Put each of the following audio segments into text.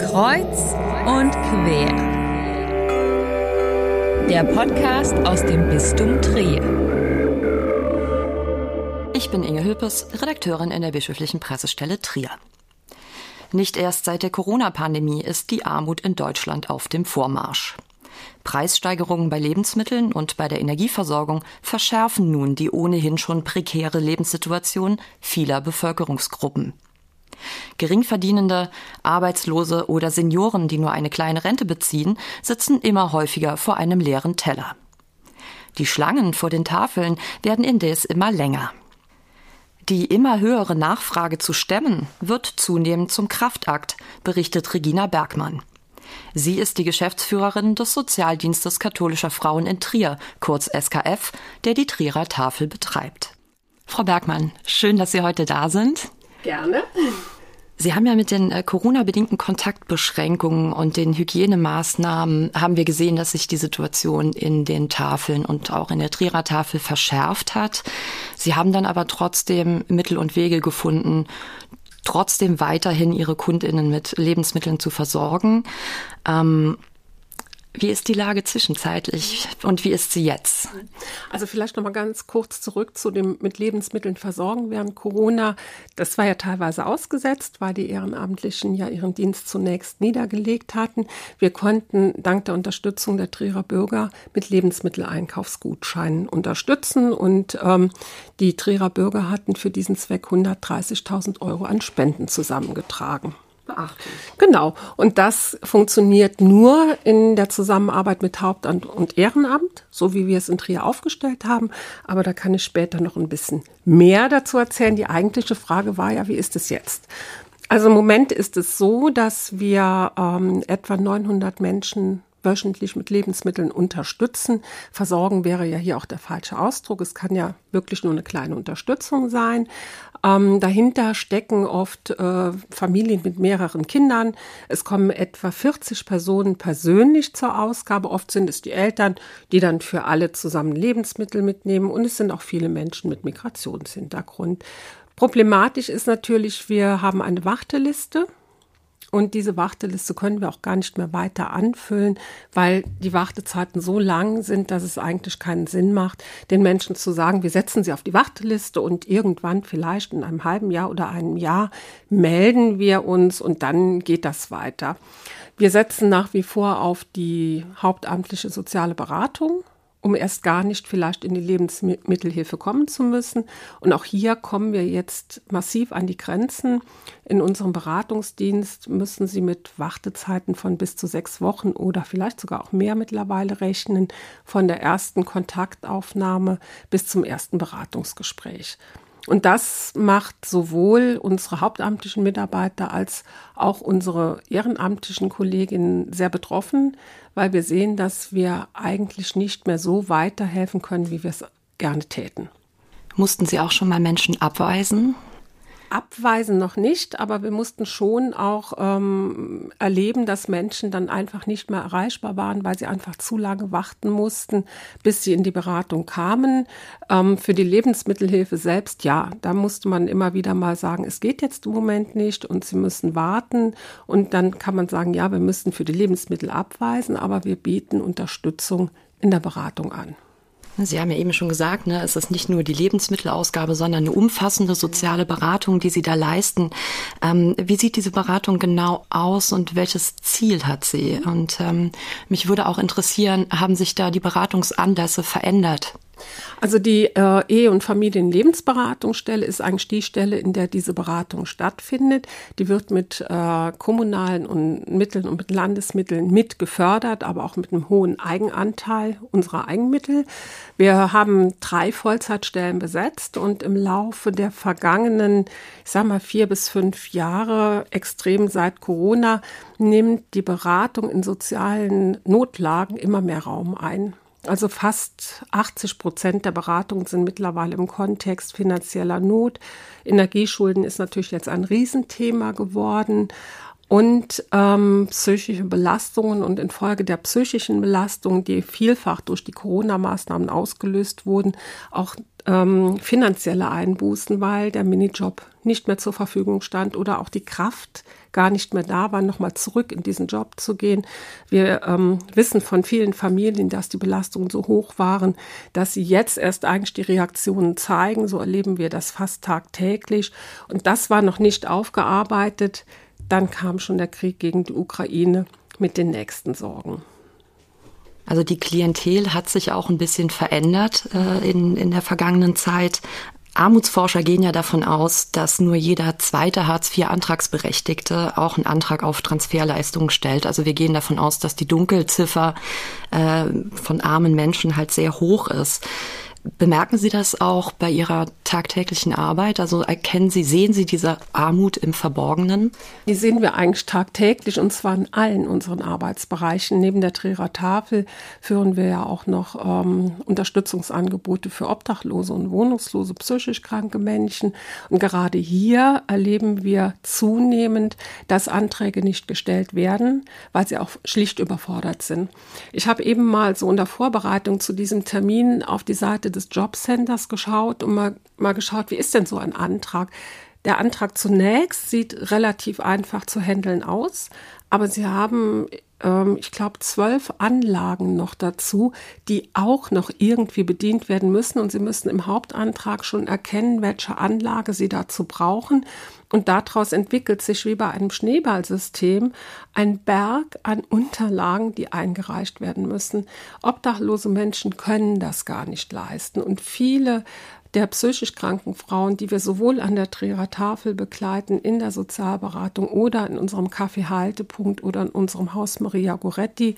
Kreuz und quer. Der Podcast aus dem Bistum Trier. Ich bin Inge Hülpes, Redakteurin in der bischöflichen Pressestelle Trier. Nicht erst seit der Corona-Pandemie ist die Armut in Deutschland auf dem Vormarsch. Preissteigerungen bei Lebensmitteln und bei der Energieversorgung verschärfen nun die ohnehin schon prekäre Lebenssituation vieler Bevölkerungsgruppen. Geringverdienende, Arbeitslose oder Senioren, die nur eine kleine Rente beziehen, sitzen immer häufiger vor einem leeren Teller. Die Schlangen vor den Tafeln werden indes immer länger. Die immer höhere Nachfrage zu stemmen, wird zunehmend zum Kraftakt, berichtet Regina Bergmann. Sie ist die Geschäftsführerin des Sozialdienstes katholischer Frauen in Trier, kurz SKF, der die Trierer Tafel betreibt. Frau Bergmann, schön, dass Sie heute da sind. Gerne. Sie haben ja mit den Corona-bedingten Kontaktbeschränkungen und den Hygienemaßnahmen haben wir gesehen, dass sich die Situation in den Tafeln und auch in der Trierer Tafel verschärft hat. Sie haben dann aber trotzdem Mittel und Wege gefunden, trotzdem weiterhin Ihre KundInnen mit Lebensmitteln zu versorgen. Wie ist die Lage zwischenzeitlich und wie ist sie jetzt? Also vielleicht noch mal ganz kurz zurück zu dem mit Lebensmitteln versorgen während Corona. Das war ja teilweise ausgesetzt, weil die Ehrenamtlichen ja ihren Dienst zunächst niedergelegt hatten. Wir konnten dank der Unterstützung der Trierer Bürger mit Lebensmitteleinkaufsgutscheinen unterstützen und die Trierer Bürger hatten für diesen Zweck 130.000 € an Spenden zusammengetragen. Genau. Und das funktioniert nur in der Zusammenarbeit mit Hauptamt und Ehrenamt, so wie wir es in Trier aufgestellt haben. Aber da kann ich später noch ein bisschen mehr dazu erzählen. Die eigentliche Frage war ja, wie ist es jetzt? Also im Moment ist es so, dass wir etwa 900 Menschen wöchentlich mit Lebensmitteln unterstützen. Versorgen wäre ja hier auch der falsche Ausdruck. Es kann ja wirklich nur eine kleine Unterstützung sein. Dahinter stecken oft Familien mit mehreren Kindern. Es kommen etwa 40 Personen persönlich zur Ausgabe. Oft sind es die Eltern, die dann für alle zusammen Lebensmittel mitnehmen. Und es sind auch viele Menschen mit Migrationshintergrund. Problematisch ist natürlich, wir haben eine Warteliste. Und diese Warteliste können wir auch gar nicht mehr weiter anfüllen, weil die Wartezeiten so lang sind, dass es eigentlich keinen Sinn macht, den Menschen zu sagen, wir setzen sie auf die Warteliste und irgendwann vielleicht in einem halben Jahr oder einem Jahr melden wir uns und dann geht das weiter. Wir setzen nach wie vor auf die hauptamtliche soziale Beratung, um erst gar nicht vielleicht in die Lebensmittelhilfe kommen zu müssen. Und auch hier kommen wir jetzt massiv an die Grenzen. In unserem Beratungsdienst müssen Sie mit Wartezeiten von bis zu 6 Wochen oder vielleicht sogar auch mehr mittlerweile rechnen, von der ersten Kontaktaufnahme bis zum ersten Beratungsgespräch. Und das macht sowohl unsere hauptamtlichen Mitarbeiter als auch unsere ehrenamtlichen Kolleginnen sehr betroffen, weil wir sehen, dass wir eigentlich nicht mehr so weiterhelfen können, wie wir es gerne täten. Mussten Sie auch schon mal Menschen abweisen? Abweisen noch nicht, aber wir mussten schon auch erleben, dass Menschen dann einfach nicht mehr erreichbar waren, weil sie einfach zu lange warten mussten, bis sie in die Beratung kamen. Für die Lebensmittelhilfe selbst, ja, da musste man immer wieder mal sagen, es geht jetzt im Moment nicht und sie müssen warten. Und dann kann man sagen, ja, wir müssen für die Lebensmittel abweisen, aber wir bieten Unterstützung in der Beratung an. Sie haben ja eben schon gesagt, es ist nicht nur die Lebensmittelausgabe, sondern eine umfassende soziale Beratung, die Sie da leisten. Wie sieht diese Beratung genau aus und welches Ziel hat sie? Und mich würde auch interessieren, haben sich da die Beratungsanlässe verändert? Also die Ehe- und Familienlebensberatungsstelle ist eigentlich die Stelle, in der diese Beratung stattfindet. Die wird mit kommunalen Mitteln und mit Landesmitteln mit gefördert, aber auch mit einem hohen Eigenanteil unserer Eigenmittel. Wir haben 3 Vollzeitstellen besetzt und im Laufe der vergangenen, 4 bis 5 Jahre, extrem seit Corona, nimmt die Beratung in sozialen Notlagen immer mehr Raum ein. Also fast 80% der Beratungen sind mittlerweile im Kontext finanzieller Not. Energieschulden ist natürlich jetzt ein Riesenthema geworden. Und psychische Belastungen und infolge der psychischen Belastungen, die vielfach durch die Corona-Maßnahmen ausgelöst wurden, auch finanzielle Einbußen, weil der Minijob nicht mehr zur Verfügung stand oder auch die Kraft gar nicht mehr da war, nochmal zurück in diesen Job zu gehen. Wir wissen von vielen Familien, dass die Belastungen so hoch waren, dass sie jetzt erst eigentlich die Reaktionen zeigen. So erleben wir das fast tagtäglich. Und das war noch nicht aufgearbeitet. Dann kam schon der Krieg gegen die Ukraine mit den nächsten Sorgen. Also die Klientel hat sich auch ein bisschen verändert in der vergangenen Zeit. Armutsforscher gehen ja davon aus, dass nur jeder zweite Hartz-IV-Antragsberechtigte auch einen Antrag auf Transferleistungen stellt. Also wir gehen davon aus, dass die Dunkelziffer von armen Menschen halt sehr hoch ist. Bemerken Sie das auch bei Ihrer tagtäglichen Arbeit? Also sehen Sie diese Armut im Verborgenen? Die sehen wir eigentlich tagtäglich, und zwar in allen unseren Arbeitsbereichen. Neben der Trierer Tafel führen wir ja auch noch Unterstützungsangebote für Obdachlose und wohnungslose, psychisch kranke Menschen. Und gerade hier erleben wir zunehmend, dass Anträge nicht gestellt werden, weil sie auch schlicht überfordert sind. Ich habe eben mal so in der Vorbereitung zu diesem Termin auf die Seite des Jobcenters geschaut und mal geschaut, wie ist denn so ein Antrag? Der Antrag zunächst sieht relativ einfach zu handeln aus, aber sie haben, ich glaube, 12 Anlagen noch dazu, die auch noch irgendwie bedient werden müssen, und sie müssen im Hauptantrag schon erkennen, welche Anlage sie dazu brauchen. Und daraus entwickelt sich wie bei einem Schneeballsystem ein Berg an Unterlagen, die eingereicht werden müssen. Obdachlose Menschen können das gar nicht leisten. Und viele der psychisch kranken Frauen, die wir sowohl an der Trierer Tafel begleiten, in der Sozialberatung oder in unserem Kaffee-Haltepunkt oder in unserem Haus Maria Goretti,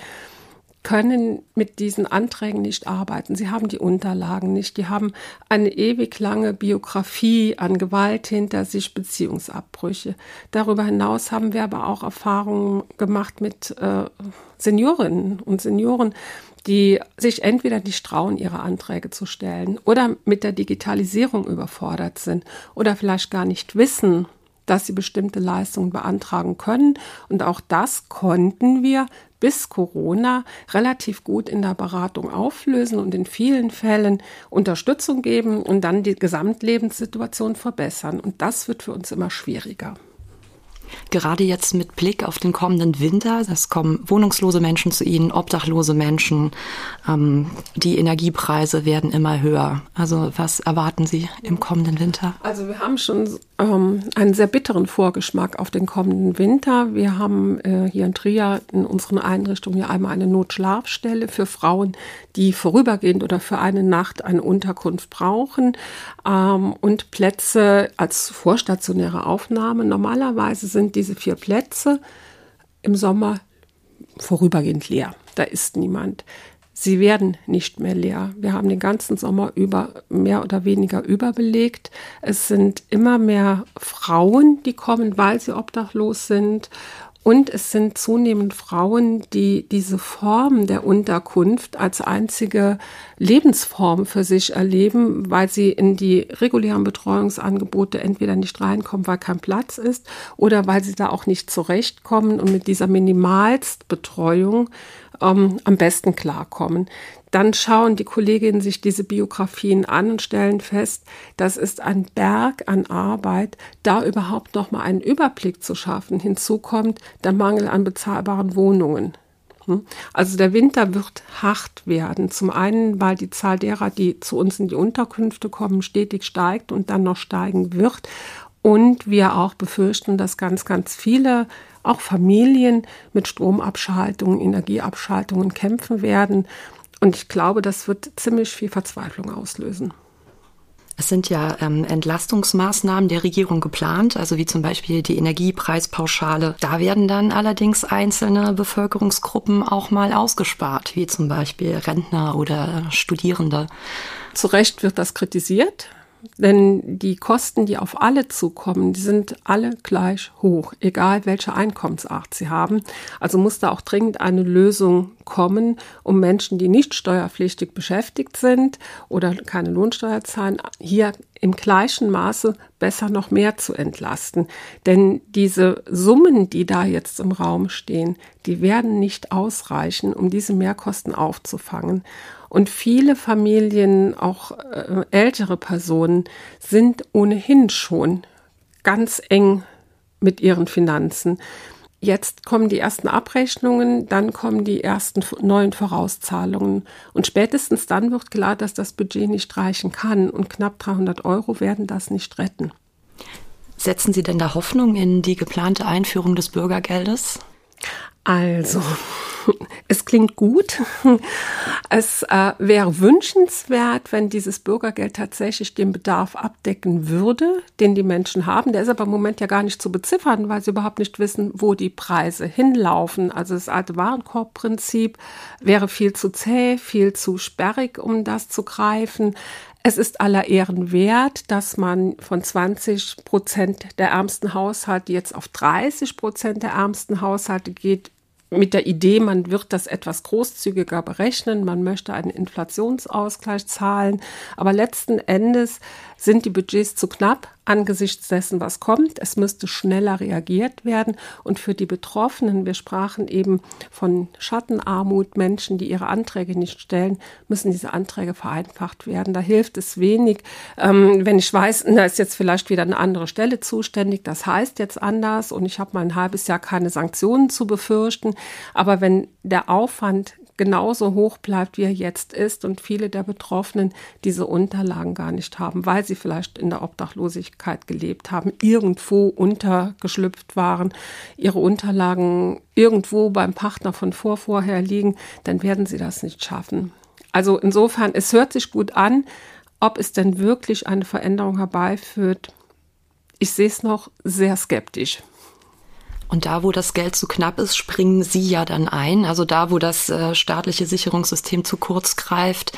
können mit diesen Anträgen nicht arbeiten. Sie haben die Unterlagen nicht. Die haben eine ewig lange Biografie an Gewalt hinter sich, Beziehungsabbrüche. Darüber hinaus haben wir aber auch Erfahrungen gemacht mit Seniorinnen und Senioren, die sich entweder nicht trauen, ihre Anträge zu stellen oder mit der Digitalisierung überfordert sind oder vielleicht gar nicht wissen, dass sie bestimmte Leistungen beantragen können. Und auch das konnten wir bis Corona relativ gut in der Beratung auflösen und in vielen Fällen Unterstützung geben und dann die Gesamtlebenssituation verbessern. Und das wird für uns immer schwieriger. Gerade jetzt mit Blick auf den kommenden Winter, es kommen wohnungslose Menschen zu Ihnen, obdachlose Menschen, die Energiepreise werden immer höher. Also was erwarten Sie im kommenden Winter? Also wir haben schon einen sehr bitteren Vorgeschmack auf den kommenden Winter. Wir haben hier in Trier in unseren Einrichtungen ja einmal eine Notschlafstelle für Frauen, die vorübergehend oder für eine Nacht eine Unterkunft brauchen, und Plätze als vorstationäre Aufnahme. Normalerweise sind diese 4 Plätze im Sommer vorübergehend leer. Da ist niemand. Sie werden nicht mehr leer. Wir haben den ganzen Sommer über mehr oder weniger überbelegt. Es sind immer mehr Frauen, die kommen, weil sie obdachlos sind. Und es sind zunehmend Frauen, die diese Form der Unterkunft als einzige Lebensform für sich erleben, weil sie in die regulären Betreuungsangebote entweder nicht reinkommen, weil kein Platz ist, oder weil sie da auch nicht zurechtkommen und mit dieser Minimalstbetreuung am besten klarkommen. Dann schauen die Kolleginnen sich diese Biografien an und stellen fest, das ist ein Berg an Arbeit, da überhaupt noch mal einen Überblick zu schaffen. Hinzu kommt der Mangel an bezahlbaren Wohnungen. Also der Winter wird hart werden. Zum einen, weil die Zahl derer, die zu uns in die Unterkünfte kommen, stetig steigt und dann noch steigen wird. Und wir auch befürchten, dass ganz, ganz viele, auch Familien, mit Stromabschaltungen, Energieabschaltungen kämpfen werden. Und ich glaube, das wird ziemlich viel Verzweiflung auslösen. Es sind ja Entlastungsmaßnahmen der Regierung geplant, also wie zum Beispiel die Energiepreispauschale. Da werden dann allerdings einzelne Bevölkerungsgruppen auch mal ausgespart, wie zum Beispiel Rentner oder Studierende. Zu Recht wird das kritisiert. Denn die Kosten, die auf alle zukommen, die sind alle gleich hoch, egal welche Einkommensart sie haben. Also muss da auch dringend eine Lösung kommen, um Menschen, die nicht steuerpflichtig beschäftigt sind oder keine Lohnsteuer zahlen, hier im gleichen Maße besser noch mehr zu entlasten. Denn diese Summen, die da jetzt im Raum stehen, die werden nicht ausreichen, um diese Mehrkosten aufzufangen. Und viele Familien, auch ältere Personen, sind ohnehin schon ganz eng mit ihren Finanzen. Jetzt kommen die ersten Abrechnungen, dann kommen die ersten neuen Vorauszahlungen. Und spätestens dann wird klar, dass das Budget nicht reichen kann. Und knapp 300 € werden das nicht retten. Setzen Sie denn da Hoffnung in die geplante Einführung des Bürgergeldes? Also, es klingt gut. Es wäre wünschenswert, wenn dieses Bürgergeld tatsächlich den Bedarf abdecken würde, den die Menschen haben. Der ist aber im Moment ja gar nicht zu beziffern, weil sie überhaupt nicht wissen, wo die Preise hinlaufen. Also das alte Warenkorbprinzip wäre viel zu zäh, viel zu sperrig, um das zu greifen. Es ist aller Ehren wert, dass man von 20% der ärmsten Haushalte jetzt auf 30% der ärmsten Haushalte geht, mit der Idee, man wird das etwas großzügiger berechnen, man möchte einen Inflationsausgleich zahlen, aber letzten Endes sind die Budgets zu knapp angesichts dessen, was kommt. Es müsste schneller reagiert werden und für die Betroffenen, wir sprachen eben von Schattenarmut, Menschen, die ihre Anträge nicht stellen, müssen diese Anträge vereinfacht werden. Da hilft es wenig, wenn ich weiß, da ist jetzt vielleicht wieder eine andere Stelle zuständig, das heißt jetzt anders und ich habe mal ein halbes Jahr keine Sanktionen zu befürchten. Aber wenn der Aufwand genauso hoch bleibt, wie er jetzt ist und viele der Betroffenen diese Unterlagen gar nicht haben, weil sie vielleicht in der Obdachlosigkeit gelebt haben, irgendwo untergeschlüpft waren, ihre Unterlagen irgendwo beim Partner von vorher liegen, dann werden sie das nicht schaffen. Also insofern, es hört sich gut an, ob es denn wirklich eine Veränderung herbeiführt. Ich sehe es noch sehr skeptisch. Und da, wo das Geld zu knapp ist, springen Sie ja dann ein. Also da, wo das staatliche Sicherungssystem zu kurz greift.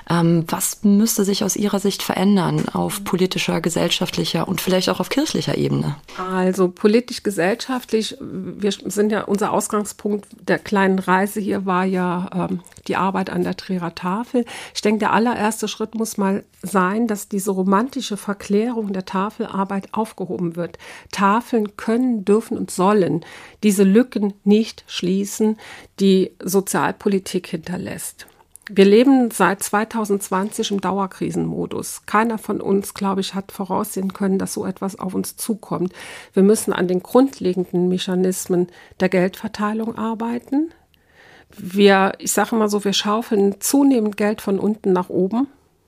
Was müsste sich aus Ihrer Sicht verändern auf politischer, gesellschaftlicher und vielleicht auch auf kirchlicher Ebene? Also politisch-gesellschaftlich, wir sind ja, unser Ausgangspunkt der kleinen Reise hier war ja die Arbeit an der Trierer Tafel. Ich denke, der allererste Schritt muss mal sein, dass diese romantische Verklärung der Tafelarbeit aufgehoben wird. Tafeln können, dürfen und sollen diese Lücken nicht schließen, die Sozialpolitik hinterlässt. Wir leben seit 2020 im Dauerkrisenmodus. Keiner von uns, glaube ich, hat voraussehen können, dass so etwas auf uns zukommt. Wir müssen an den grundlegenden Mechanismen der Geldverteilung arbeiten. Ich sage immer so, wir schaufeln zunehmend Geld von unten nach oben.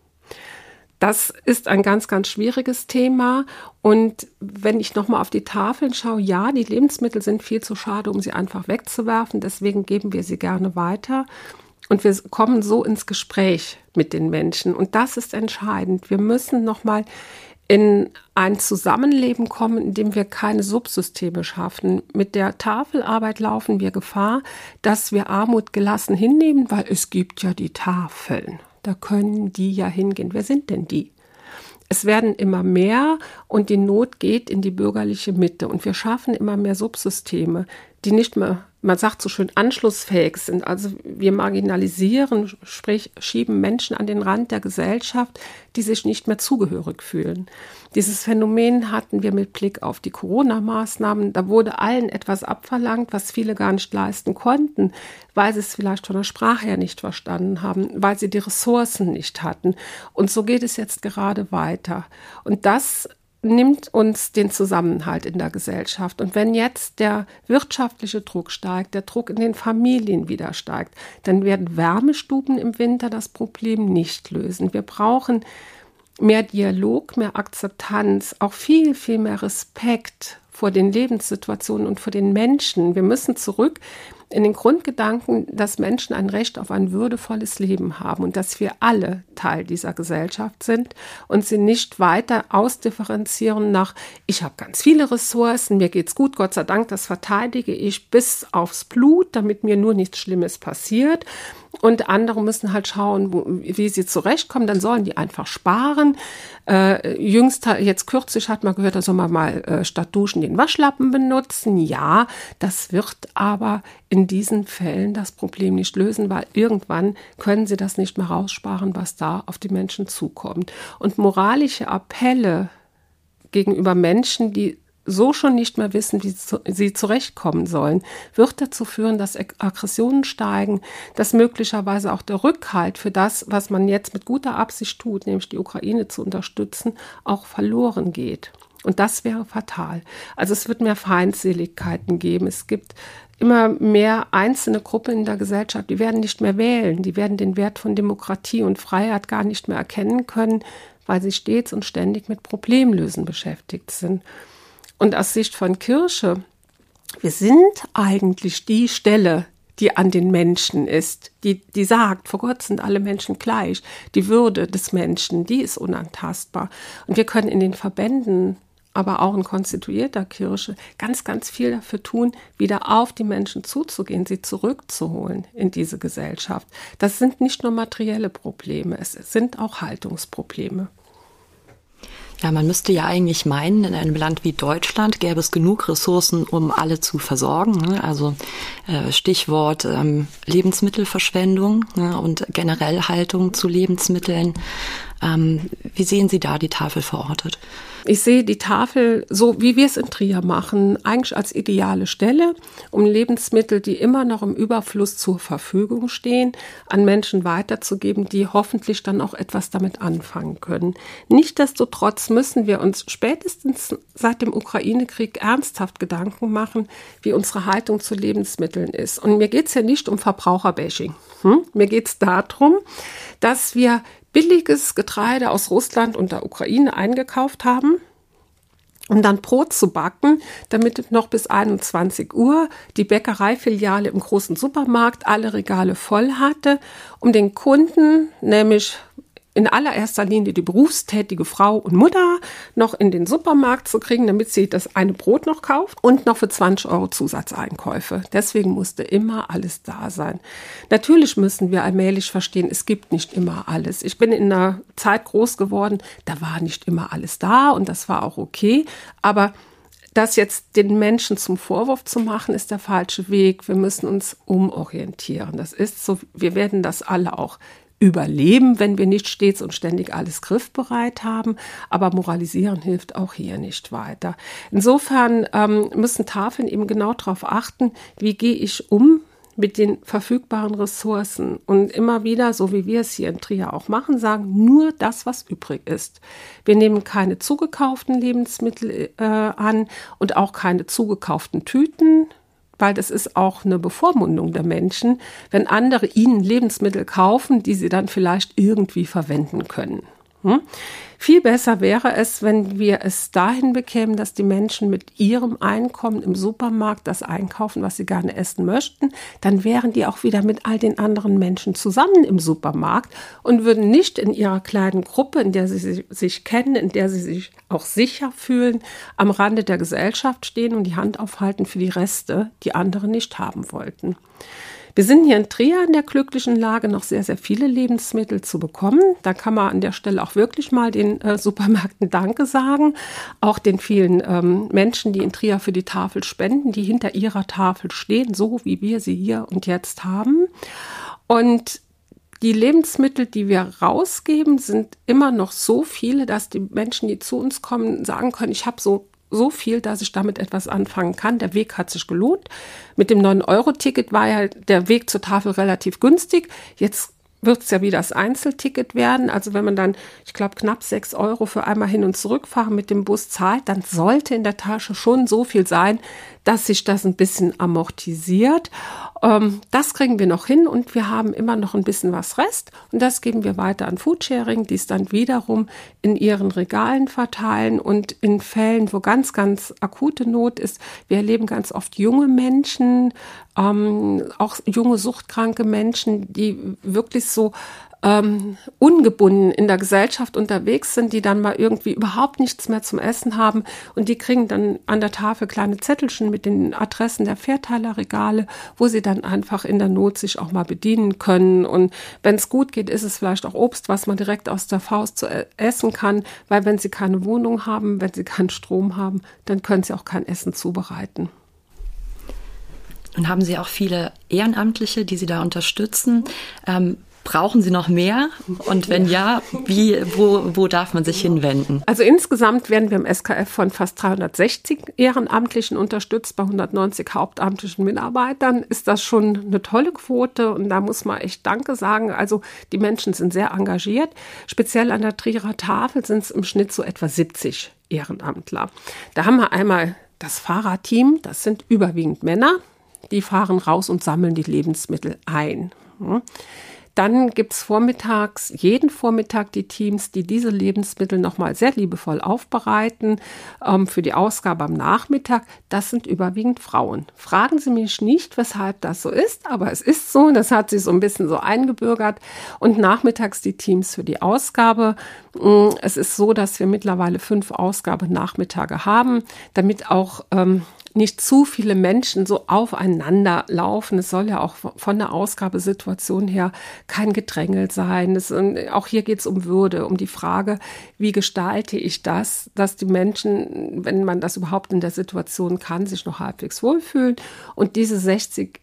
Das ist ein ganz, ganz schwieriges Thema. Und wenn ich nochmal auf die Tafeln schaue, ja, die Lebensmittel sind viel zu schade, um sie einfach wegzuwerfen. Deswegen geben wir sie gerne weiter. Und wir kommen so ins Gespräch mit den Menschen. Und das ist entscheidend. Wir müssen nochmal in ein Zusammenleben kommen, in dem wir keine Subsysteme schaffen. Mit der Tafelarbeit laufen wir Gefahr, dass wir Armut gelassen hinnehmen, weil es gibt ja die Tafeln. Da können die ja hingehen. Wer sind denn die? Es werden immer mehr und die Not geht in die bürgerliche Mitte. Und wir schaffen immer mehr Subsysteme, die nicht mehr, man sagt so schön, anschlussfähig sind. Also wir marginalisieren, sprich schieben Menschen an den Rand der Gesellschaft, die sich nicht mehr zugehörig fühlen. Dieses Phänomen hatten wir mit Blick auf die Corona-Maßnahmen. Da wurde allen etwas abverlangt, was viele gar nicht leisten konnten, weil sie es vielleicht von der Sprache her nicht verstanden haben, weil sie die Ressourcen nicht hatten. Und so geht es jetzt gerade weiter. Und das nimmt uns den Zusammenhalt in der Gesellschaft. Und wenn jetzt der wirtschaftliche Druck steigt, der Druck in den Familien wieder steigt, dann werden Wärmestuben im Winter das Problem nicht lösen. Wir brauchen mehr Dialog, mehr Akzeptanz, auch viel, viel mehr Respekt vor den Lebenssituationen und vor den Menschen. Wir müssen zurück in den Grundgedanken, dass Menschen ein Recht auf ein würdevolles Leben haben und dass wir alle Teil dieser Gesellschaft sind und sie nicht weiter ausdifferenzieren nach, ich habe ganz viele Ressourcen, mir geht's gut, Gott sei Dank, das verteidige ich bis aufs Blut, damit mir nur nichts Schlimmes passiert. Und andere müssen halt schauen, wie sie zurechtkommen. Dann sollen die einfach sparen. Jetzt kürzlich hat man gehört, da soll man mal statt Duschen den Waschlappen benutzen. Ja, das wird aber in diesen Fällen das Problem nicht lösen, weil irgendwann können sie das nicht mehr raussparen, was da auf die Menschen zukommt. Und moralische Appelle gegenüber Menschen, die so schon nicht mehr wissen, wie sie zurechtkommen sollen, wird dazu führen, dass Aggressionen steigen, dass möglicherweise auch der Rückhalt für das, was man jetzt mit guter Absicht tut, nämlich die Ukraine zu unterstützen, auch verloren geht. Und das wäre fatal. Also es wird mehr Feindseligkeiten geben. Es gibt immer mehr einzelne Gruppen in der Gesellschaft, die werden nicht mehr wählen, die werden den Wert von Demokratie und Freiheit gar nicht mehr erkennen können, weil sie stets und ständig mit Problemlösen beschäftigt sind. Und aus Sicht von Kirche, wir sind eigentlich die Stelle, die an den Menschen ist, die sagt, vor Gott sind alle Menschen gleich. Die Würde des Menschen, die ist unantastbar. Und wir können in den Verbänden, aber auch in konstituierter Kirche, ganz, ganz viel dafür tun, wieder auf die Menschen zuzugehen, sie zurückzuholen in diese Gesellschaft. Das sind nicht nur materielle Probleme, es sind auch Haltungsprobleme. Ja, man müsste ja eigentlich meinen, in einem Land wie Deutschland gäbe es genug Ressourcen, um alle zu versorgen. Also Stichwort Lebensmittelverschwendung und generell Haltung zu Lebensmitteln. Wie sehen Sie da die Tafel verortet? Ich sehe die Tafel, so wie wir es in Trier machen, eigentlich als ideale Stelle, um Lebensmittel, die immer noch im Überfluss zur Verfügung stehen, an Menschen weiterzugeben, die hoffentlich dann auch etwas damit anfangen können. Nichtsdestotrotz müssen wir uns spätestens seit dem Ukraine-Krieg ernsthaft Gedanken machen, wie unsere Haltung zu Lebensmitteln ist. Und mir geht es ja nicht um Verbraucherbashing. Mir geht es darum, dass wir billiges Getreide aus Russland und der Ukraine eingekauft haben, um dann Brot zu backen, damit noch bis 21 Uhr die Bäckereifiliale im großen Supermarkt alle Regale voll hatte, um den Kunden, nämlich in allererster Linie die berufstätige Frau und Mutter, noch in den Supermarkt zu kriegen, damit sie das eine Brot noch kauft und noch für 20 € Zusatzeinkäufe. Deswegen musste immer alles da sein. Natürlich müssen wir allmählich verstehen, es gibt nicht immer alles. Ich bin in einer Zeit groß geworden, da war nicht immer alles da und das war auch okay, aber das jetzt den Menschen zum Vorwurf zu machen, ist der falsche Weg. Wir müssen uns umorientieren. Das ist so, wir werden das alle auch überleben, wenn wir nicht stets und ständig alles griffbereit haben. Aber moralisieren hilft auch hier nicht weiter. Insofern müssen Tafeln eben genau darauf achten, wie gehe ich um mit den verfügbaren Ressourcen. Und immer wieder, so wie wir es hier in Trier auch machen, sagen, nur das, was übrig ist. Wir nehmen keine zugekauften Lebensmittel an und auch keine zugekauften Tüten, weil das ist auch eine Bevormundung der Menschen, wenn andere ihnen Lebensmittel kaufen, die sie dann vielleicht irgendwie verwenden können. Viel besser wäre es, wenn wir es dahin bekämen, dass die Menschen mit ihrem Einkommen im Supermarkt das einkaufen, was sie gerne essen möchten. Dann wären die auch wieder mit all den anderen Menschen zusammen im Supermarkt und würden nicht in ihrer kleinen Gruppe, in der sie sich kennen, in der sie sich auch sicher fühlen, am Rande der Gesellschaft stehen und die Hand aufhalten für die Reste, die andere nicht haben wollten. Wir sind hier in Trier in der glücklichen Lage, noch sehr, sehr viele Lebensmittel zu bekommen. Da kann man an der Stelle auch wirklich mal den Supermärkten Danke sagen. Auch den vielen Menschen, die in Trier für die Tafel spenden, die hinter ihrer Tafel stehen, so wie wir sie hier und jetzt haben. Und die Lebensmittel, die wir rausgeben, sind immer noch so viele, dass die Menschen, die zu uns kommen, sagen können, ich habe so viel, dass ich damit etwas anfangen kann. Der Weg hat sich gelohnt. Mit dem 9-Euro-Ticket war ja der Weg zur Tafel relativ günstig. Jetzt wird es ja wieder das Einzelticket werden. Also wenn man dann, ich glaube, knapp 6 € für einmal hin und zurückfahren mit dem Bus zahlt, dann sollte in der Tasche schon so viel sein, dass sich das ein bisschen amortisiert. Das kriegen wir noch hin und wir haben immer noch ein bisschen was Rest. Und das geben wir weiter an Foodsharing, die es dann wiederum in ihren Regalen verteilen. Und in Fällen, wo ganz, ganz akute Not ist, wir erleben ganz oft junge Menschen, auch junge suchtkranke Menschen, die wirklich so ungebunden in der Gesellschaft unterwegs sind, die dann mal irgendwie überhaupt nichts mehr zum Essen haben und die kriegen dann an der Tafel kleine Zettelchen mit den Adressen der Verteilerregale, wo sie dann einfach in der Not sich auch mal bedienen können. Und wenn es gut geht, ist es vielleicht auch Obst, was man direkt aus der Faust zu essen kann, weil wenn sie keine Wohnung haben, wenn sie keinen Strom haben, dann können sie auch kein Essen zubereiten. Und haben Sie auch viele Ehrenamtliche, die Sie da unterstützen? Brauchen Sie noch mehr? Und wenn ja, wo darf man sich hinwenden? Also insgesamt werden wir im SKF von fast 360 Ehrenamtlichen unterstützt. Bei 190 hauptamtlichen Mitarbeitern ist das schon eine tolle Quote. Und da muss man echt Danke sagen. Also die Menschen sind sehr engagiert. Speziell an der Trierer Tafel sind es im Schnitt so etwa 70 Ehrenamtler. Da haben wir einmal das Fahrerteam. Das sind überwiegend Männer. Die fahren raus und sammeln die Lebensmittel ein. Dann gibt es jeden Vormittag die Teams, die diese Lebensmittel nochmal sehr liebevoll aufbereiten für die Ausgabe am Nachmittag. Das sind überwiegend Frauen. Fragen Sie mich nicht, weshalb das so ist, aber es ist so. Das hat sich so ein bisschen so eingebürgert. Und nachmittags die Teams für die Ausgabe. Es ist so, dass wir mittlerweile 5 Ausgabenachmittage haben, damit auch nicht zu viele Menschen so aufeinander laufen. Es soll ja auch von der Ausgabesituation her kein Gedrängel sein. Auch hier geht es um Würde, um die Frage, wie gestalte ich das, dass die Menschen, wenn man das überhaupt in der Situation kann, sich noch halbwegs wohlfühlen. Und diese 70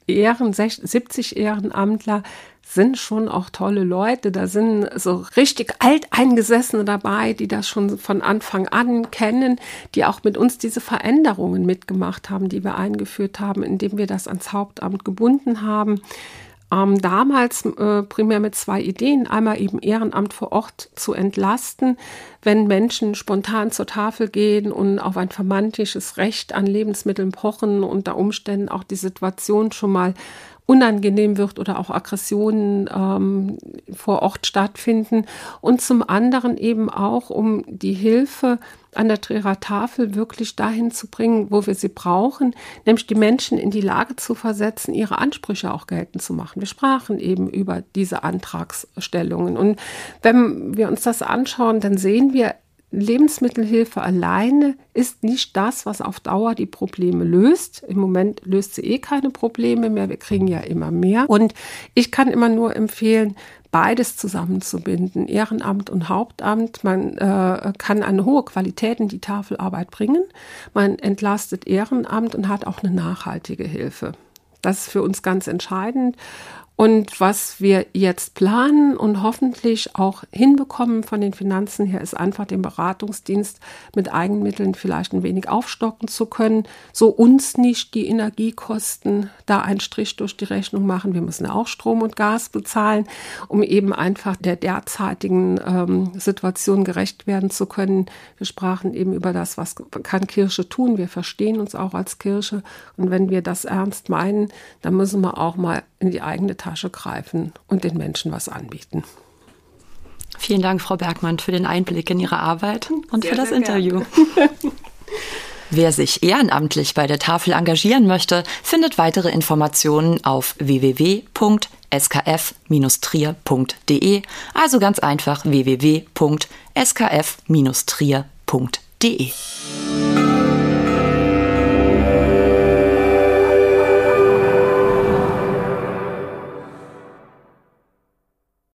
Ehrenamtler sind schon auch tolle Leute. Da sind so richtig Alteingesessene dabei, die das schon von Anfang an kennen, die auch mit uns diese Veränderungen mitgemacht haben, die wir eingeführt haben, indem wir das ans Hauptamt gebunden haben. Damals primär mit 2 Ideen. Einmal eben Ehrenamt vor Ort zu entlasten, wenn Menschen spontan zur Tafel gehen und auf ein vermeintliches Recht an Lebensmitteln pochen, unter Umständen auch die Situation schon mal unangenehm wird oder auch Aggressionen vor Ort stattfinden. Und zum anderen eben auch, um die Hilfe an der Trierer Tafel wirklich dahin zu bringen, wo wir sie brauchen, nämlich die Menschen in die Lage zu versetzen, ihre Ansprüche auch geltend zu machen. Wir sprachen eben über diese Antragsstellungen. Und wenn wir uns das anschauen, dann sehen wir, Lebensmittelhilfe alleine ist nicht das, was auf Dauer die Probleme löst. Im Moment löst sie keine Probleme mehr. Wir kriegen ja immer mehr. Und ich kann immer nur empfehlen, beides zusammenzubinden, Ehrenamt und Hauptamt. Man kann eine hohe Qualität in die Tafelarbeit bringen. Man entlastet Ehrenamt und hat auch eine nachhaltige Hilfe. Das ist für uns ganz entscheidend. Und was wir jetzt planen und hoffentlich auch hinbekommen von den Finanzen her, ist einfach den Beratungsdienst mit Eigenmitteln vielleicht ein wenig aufstocken zu können, so uns nicht die Energiekosten da einen Strich durch die Rechnung machen. Wir müssen auch Strom und Gas bezahlen, um eben einfach der derzeitigen Situation gerecht werden zu können. Wir sprachen eben über das, was kann Kirche tun. Wir verstehen uns auch als Kirche. Und wenn wir das ernst meinen, dann müssen wir auch mal in die eigene Tasche greifen und den Menschen was anbieten. Vielen Dank, Frau Bergmann, für den Einblick in Ihre Arbeit und für das Interview. Wer sich ehrenamtlich bei der Tafel engagieren möchte, findet weitere Informationen auf www.skf-trier.de, also ganz einfach www.skf-trier.de.